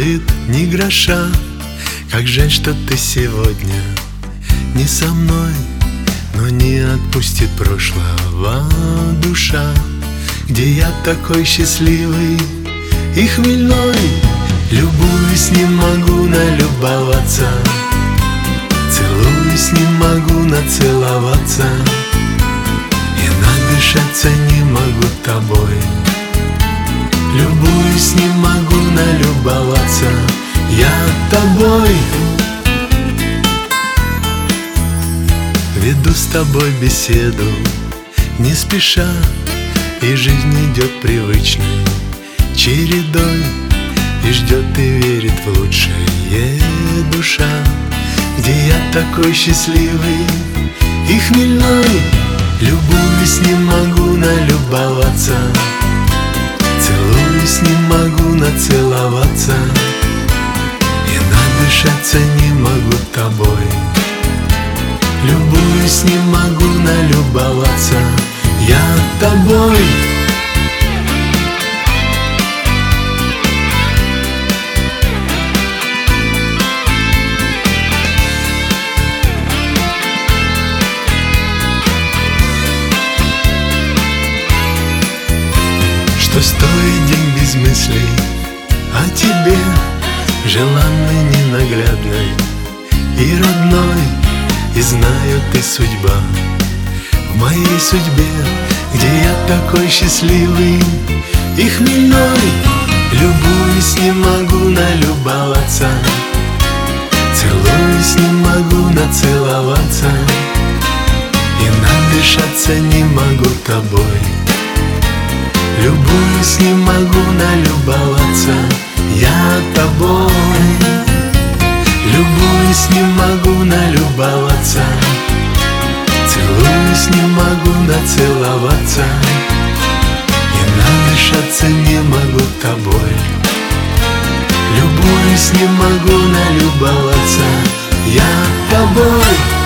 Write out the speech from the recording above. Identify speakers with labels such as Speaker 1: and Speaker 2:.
Speaker 1: стоит ни гроша. Как жаль, что ты сегодня не со мной, но не отпустит прошлого душа, где я такой счастливый и хмельной. Любуюсь, не могу налюбоваться, целуюсь, не могу нацеловаться, и надышаться не могу тобой. Любуюсь, не могу налюбоваться я тобой. Веду с тобой беседу не спеша, и жизнь идет привычной чередой, и ждет и верит в лучшее душа, где я такой счастливый и хмельной. Любуюсь, не могу налюбоваться, целуюсь, не могу нацеловаться, и надышаться не могу тобой. Любуюсь, не могу налюбоваться я тобой. Что стоит день без мыслей о тебе, желанной, ненаглядной и родной. И знаю, ты судьба в моей судьбе, где я такой счастливый и хмельной. Любуюсь, не могу налюбоваться, целуюсь, не могу нацеловаться, и надышаться не могу тобой. Любуюсь, не могу налюбоваться я тобой. Любуюсь, не могу налюбоваться, целуюсь, не могу нацеловаться, и надышаться не могу тобой. Любуюсь, не могу налюбоваться я тобой.